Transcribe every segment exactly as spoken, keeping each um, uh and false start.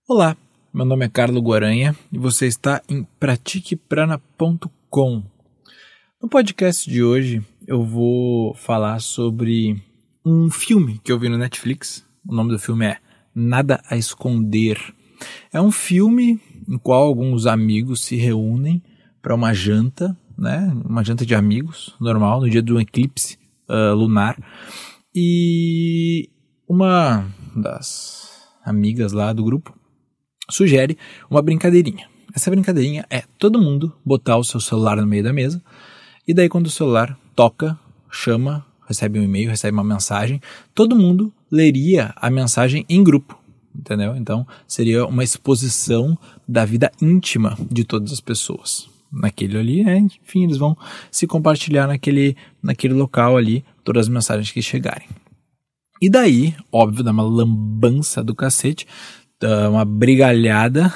Olá, meu nome é Carlo Guaranha e você está em pratique prana ponto com. No podcast de hoje eu vou falar sobre um filme que eu vi no Netflix. O nome do filme é Nada a Esconder. É um filme no qual alguns amigos se reúnem para uma janta, né? Uma janta de amigos, normal, no dia do eclipse uh, lunar. E uma das amigas lá do grupo sugere uma brincadeirinha. Essa brincadeirinha é todo mundo botar o seu celular no meio da mesa e daí quando o celular toca, chama, recebe um e-mail, recebe uma mensagem, todo mundo leria a mensagem em grupo, entendeu? Então seria uma exposição da vida íntima de todas as pessoas. Naquele ali, é, enfim, eles vão se compartilhar naquele, naquele local ali, todas as mensagens que chegarem. E daí, óbvio, dá uma lambança do cacete, uma brigalhada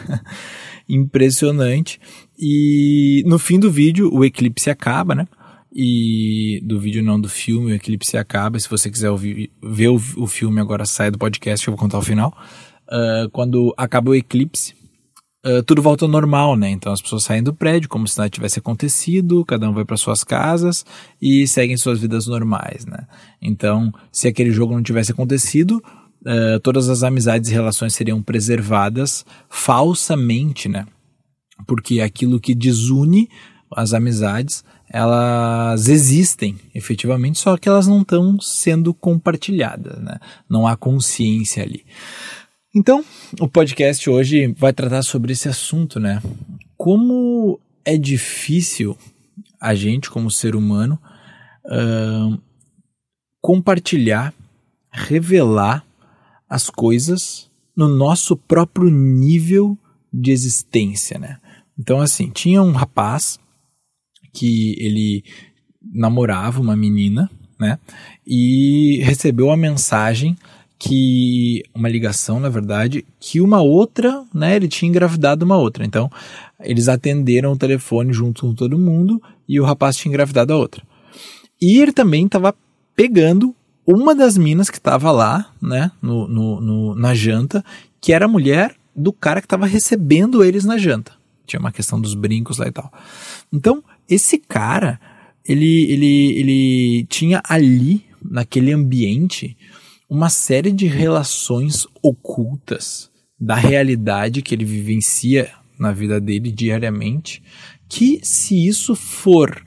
impressionante, e no fim do vídeo o eclipse acaba, né? E do vídeo não, do filme, o eclipse acaba. Se você quiser ouvir, ver o, o filme agora, sai do podcast, eu vou contar o final. Uh, quando acaba o eclipse, uh, tudo volta ao normal, né? Então as pessoas saem do prédio como se nada tivesse acontecido, cada um vai para suas casas e seguem suas vidas normais, né? Então, se aquele jogo não tivesse acontecido, Uh, todas as amizades e relações seriam preservadas falsamente, né? Porque aquilo que desune as amizades, elas existem efetivamente, só que elas não estão sendo compartilhadas, né? Não há consciência ali. Então, o podcast hoje vai tratar sobre esse assunto, né? Como é difícil a gente, como ser humano, uh, compartilhar, revelar as coisas no nosso próprio nível de existência, né? Então, assim, tinha um rapaz que ele namorava uma menina, né? E recebeu a mensagem que, uma ligação, na verdade, que uma outra, né? Ele tinha engravidado uma outra. Então, eles atenderam o telefone junto com todo mundo e o rapaz tinha engravidado a outra. E ele também estava pegando uma das minas que estava lá, né, no, no, no, na janta, que era a mulher do cara que estava recebendo eles na janta. Tinha uma questão dos brincos lá e tal. Então, esse cara, ele, ele, ele tinha ali, naquele ambiente, uma série de relações ocultas da realidade que ele vivencia na vida dele diariamente, que se isso for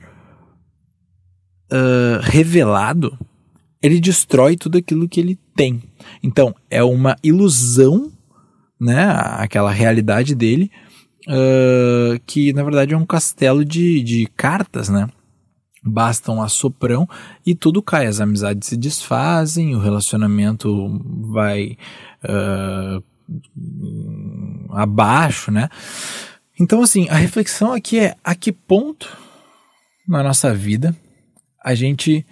uh, revelado, ele destrói tudo aquilo que ele tem. Então, é uma ilusão, né, aquela realidade dele, uh, que na verdade é um castelo de, de cartas, né? Basta um assoprão e tudo cai, as amizades se desfazem, o relacionamento vai uh, abaixo, né? Então, assim, a reflexão aqui é a que ponto na nossa vida a gente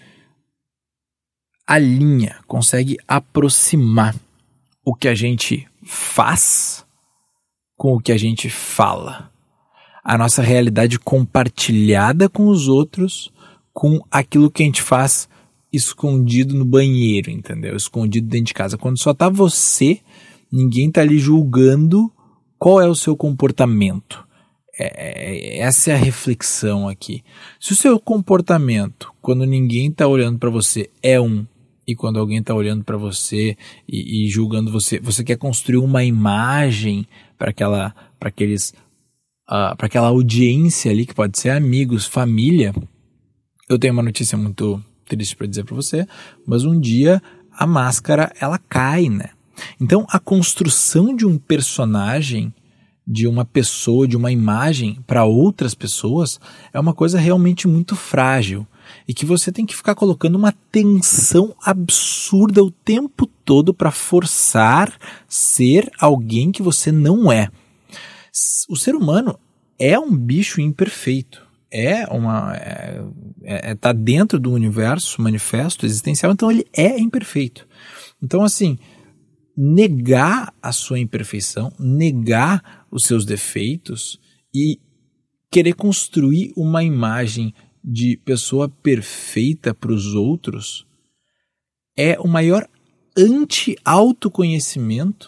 alinha, consegue aproximar o que a gente faz com o que a gente fala. A nossa realidade compartilhada com os outros, com aquilo que a gente faz escondido no banheiro, entendeu? Escondido dentro de casa. Quando só tá você, ninguém tá ali julgando qual é o seu comportamento. É, essa é a reflexão aqui. Se o seu comportamento, quando ninguém tá olhando para você, é um, e quando alguém está olhando para você e, e julgando você, você quer construir uma imagem para aquela, para aqueles, uh, para aquela audiência ali que pode ser amigos, família. Eu tenho uma notícia muito triste para dizer para você, mas um dia a máscara ela cai, né? Então a construção de um personagem, de uma pessoa, de uma imagem para outras pessoas é uma coisa realmente muito frágil. E que você tem que ficar colocando uma tensão absurda o tempo todo para forçar ser alguém que você não é. O ser humano é um bicho imperfeito. É uma, é, é, tá dentro do universo manifesto existencial, então ele é imperfeito. Então, assim, negar a sua imperfeição, negar os seus defeitos e querer construir uma imagem de pessoa perfeita para os outros é o maior anti-autoconhecimento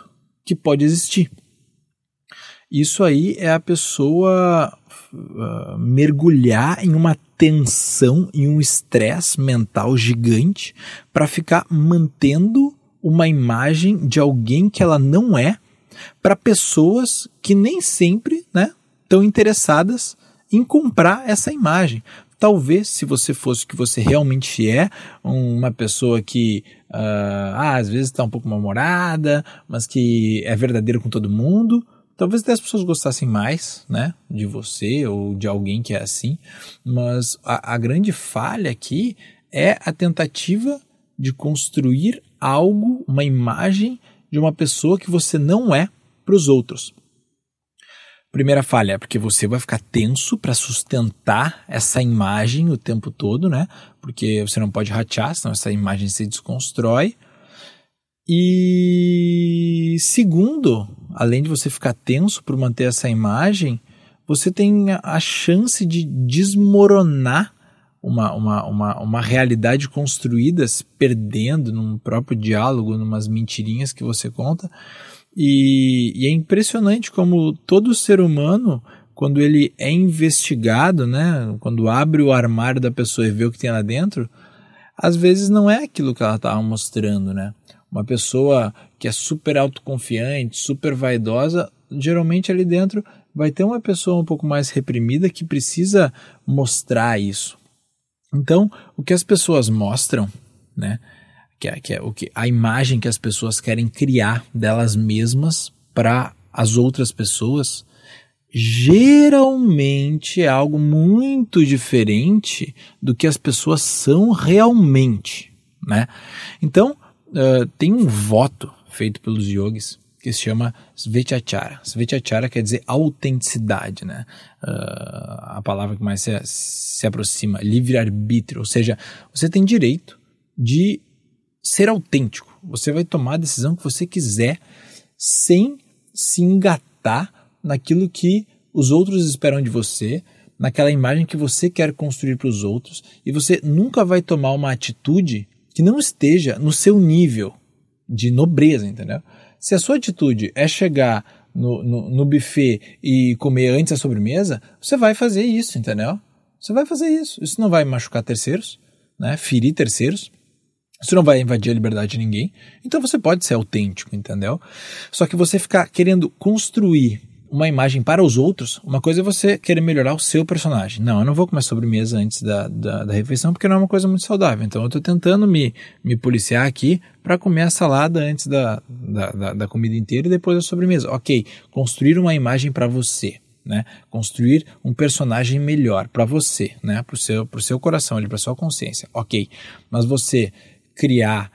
que pode existir. Isso aí é a pessoa uh, mergulhar em uma tensão, em um estresse mental gigante para ficar mantendo uma imagem de alguém que ela não é para pessoas que nem sempre, né, estão interessadas em comprar essa imagem. Talvez, se você fosse o que você realmente é, uma pessoa que uh, ah, às vezes está um pouco mal-humorada, mas que é verdadeira com todo mundo, talvez até as pessoas gostassem mais, né, de você ou de alguém que é assim, mas a, a grande falha aqui é a tentativa de construir algo, uma imagem de uma pessoa que você não é para os outros. Primeira falha é porque você vai ficar tenso para sustentar essa imagem o tempo todo, né? Porque você não pode ratear, senão essa imagem se desconstrói. E segundo, além de você ficar tenso por manter essa imagem, você tem a chance de desmoronar uma, uma, uma, uma realidade construída, se perdendo num próprio diálogo, numas mentirinhas que você conta. E, e é impressionante como todo ser humano, quando ele é investigado, né, quando abre o armário da pessoa e vê o que tem lá dentro, às vezes não é aquilo que ela estava mostrando, né? Uma pessoa que é super autoconfiante, super vaidosa, geralmente ali dentro vai ter uma pessoa um pouco mais reprimida que precisa mostrar isso. Então, o que as pessoas mostram, né, que é, que é o que, a imagem que as pessoas querem criar delas mesmas para as outras pessoas, geralmente é algo muito diferente do que as pessoas são realmente, né? Então, uh, tem um voto feito pelos yogis que se chama Svechachara. Svechachara quer dizer autenticidade, né? Uh, a palavra que mais se, se aproxima, livre-arbítrio, ou seja, você tem direito de ser autêntico. Você vai tomar a decisão que você quiser sem se engatar naquilo que os outros esperam de você, naquela imagem que você quer construir para os outros, e você nunca vai tomar uma atitude que não esteja no seu nível de nobreza, entendeu? Se a sua atitude é chegar no, no, no buffet e comer antes a sobremesa, você vai fazer isso, entendeu? Você vai fazer isso. Isso não vai machucar terceiros, né? Ferir terceiros. Isso não vai invadir a liberdade de ninguém. Então você pode ser autêntico, entendeu? Só que você ficar querendo construir uma imagem para os outros, uma coisa é você querer melhorar o seu personagem. Não, eu não vou comer sobremesa antes da, da, da refeição porque não é uma coisa muito saudável. Então eu estou tentando me, me policiar aqui para comer a salada antes da, da, da, da comida inteira e depois da sobremesa. Ok, construir uma imagem para você, né? Construir um personagem melhor para você, né? Para o seu, pro seu coração, para a sua consciência. Ok, mas você criar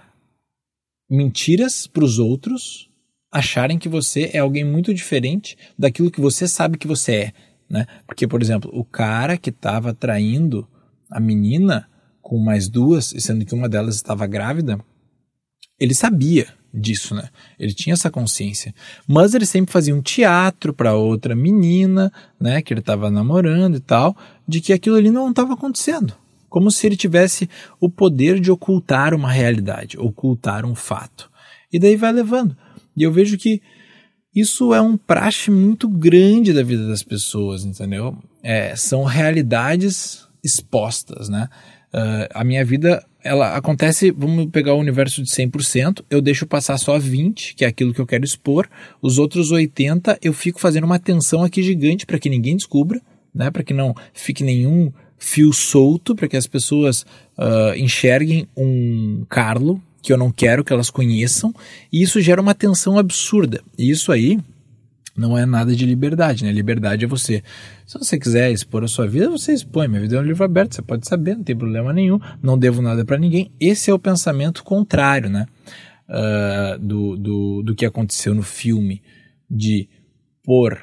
mentiras para os outros acharem que você é alguém muito diferente daquilo que você sabe que você é, né? Porque, por exemplo, o cara que estava traindo a menina com mais duas, sendo que uma delas estava grávida, ele sabia disso, né? Ele tinha essa consciência. Mas ele sempre fazia um teatro para outra menina, né, que ele estava namorando e tal, de que aquilo ali não estava acontecendo. Como se ele tivesse o poder de ocultar uma realidade, ocultar um fato. E daí vai levando. E eu vejo que isso é um praxe muito grande da vida das pessoas, entendeu? É, são realidades expostas, né? Uh, a minha vida, ela acontece, vamos pegar o universo de cem por cento, eu deixo passar só vinte, que é aquilo que eu quero expor, os outros oitenta eu fico fazendo uma tensão aqui gigante para que ninguém descubra, né? Para que não fique nenhum fio solto, para que as pessoas uh, enxerguem um Carlo que eu não quero que elas conheçam, e isso gera uma tensão absurda. E isso aí não é nada de liberdade, né? Liberdade é você, se você quiser expor a sua vida, você expõe. Minha vida é um livro aberto, você pode saber, não tem problema nenhum, não devo nada para ninguém. Esse é o pensamento contrário, né? Uh, do, do, do que aconteceu no filme, de por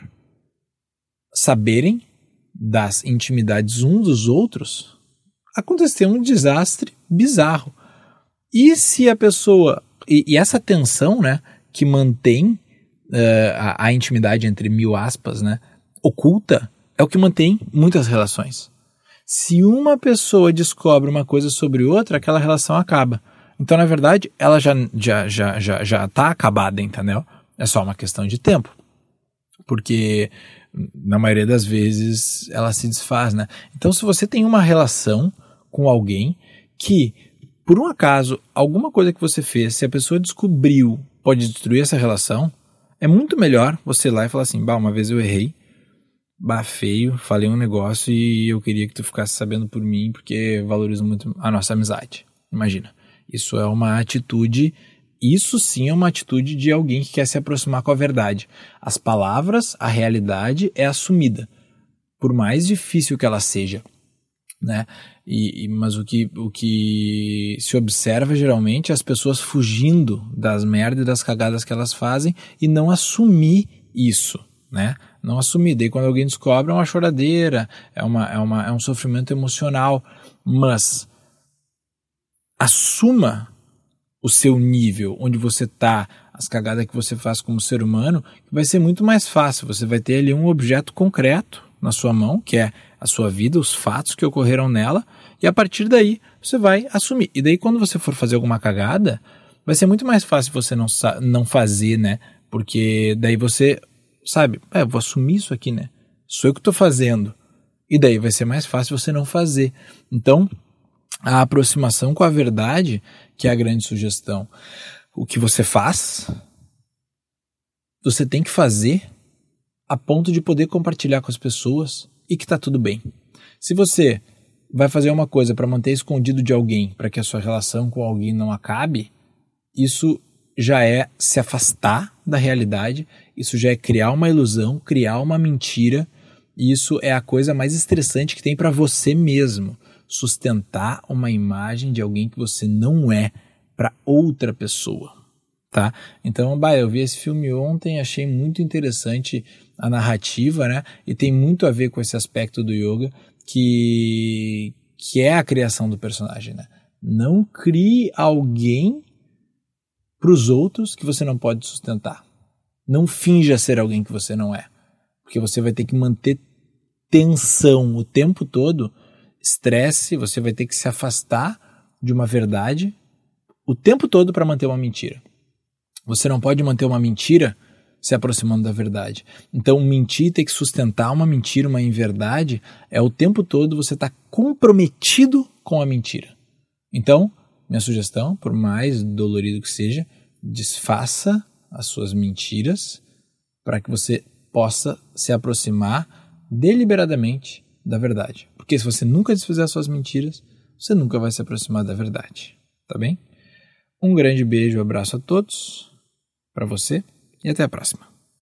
saberem das intimidades uns dos outros, aconteceu um desastre bizarro. E se a pessoa... E, e essa tensão, né, que mantém uh, a, a intimidade entre mil aspas, né, oculta, é o que mantém muitas relações. Se uma pessoa descobre uma coisa sobre outra, aquela relação acaba. Então, na verdade, ela já já já já já está acabada, entendeu? É só uma questão de tempo. Porque na maioria das vezes ela se desfaz, né? Então, se você tem uma relação com alguém que, por um acaso, alguma coisa que você fez, se a pessoa descobriu, pode destruir essa relação, é muito melhor você ir lá e falar assim, bah, uma vez eu errei, bah, feio, falei um negócio e eu queria que tu ficasse sabendo por mim, porque valorizo muito a nossa amizade. Imagina, isso é uma atitude, isso sim é uma atitude de alguém que quer se aproximar com a verdade. As palavras, a realidade é assumida, por mais difícil que ela seja, né? E, e, mas o que, o que se observa geralmente é as pessoas fugindo das merdas e das cagadas que elas fazem e não assumir isso, né? Não assumir. Daí quando alguém descobre é uma choradeira, é, uma, é, uma, é um sofrimento emocional, mas assuma o seu nível, onde você está, as cagadas que você faz como ser humano, que vai ser muito mais fácil. Você vai ter ali um objeto concreto na sua mão, que é a sua vida, os fatos que ocorreram nela, e a partir daí você vai assumir. E daí quando você for fazer alguma cagada, vai ser muito mais fácil você não, não fazer, né? Porque daí você sabe, é, eu vou assumir isso aqui, né? Sou eu que estou fazendo. E daí vai ser mais fácil você não fazer. Então, a aproximação com a verdade, que é a grande sugestão. O que você faz, você tem que fazer a ponto de poder compartilhar com as pessoas e que está tudo bem. Se você vai fazer uma coisa para manter escondido de alguém, para que a sua relação com alguém não acabe, isso já é se afastar da realidade, isso já é criar uma ilusão, criar uma mentira, e isso é a coisa mais estressante que tem para você mesmo, sustentar uma imagem de alguém que você não é para outra pessoa, tá? Então, bah, eu vi esse filme ontem, achei muito interessante a narrativa, né? E tem muito a ver com esse aspecto do yoga, que, que é a criação do personagem, né? Não crie alguém para os outros que você não pode sustentar. Não finja ser alguém que você não é, porque você vai ter que manter tensão o tempo todo, estresse, você vai ter que se afastar de uma verdade o tempo todo para manter uma mentira. Você não pode manter uma mentira se aproximando da verdade. Então, mentir, ter que sustentar uma mentira, uma inverdade, é o tempo todo você estar tá comprometido com a mentira. Então, minha sugestão, por mais dolorido que seja, desfaça as suas mentiras para que você possa se aproximar deliberadamente da verdade. Porque se você nunca desfizer as suas mentiras, você nunca vai se aproximar da verdade. Tá bem? Um grande beijo, um abraço a todos, para você e até a próxima.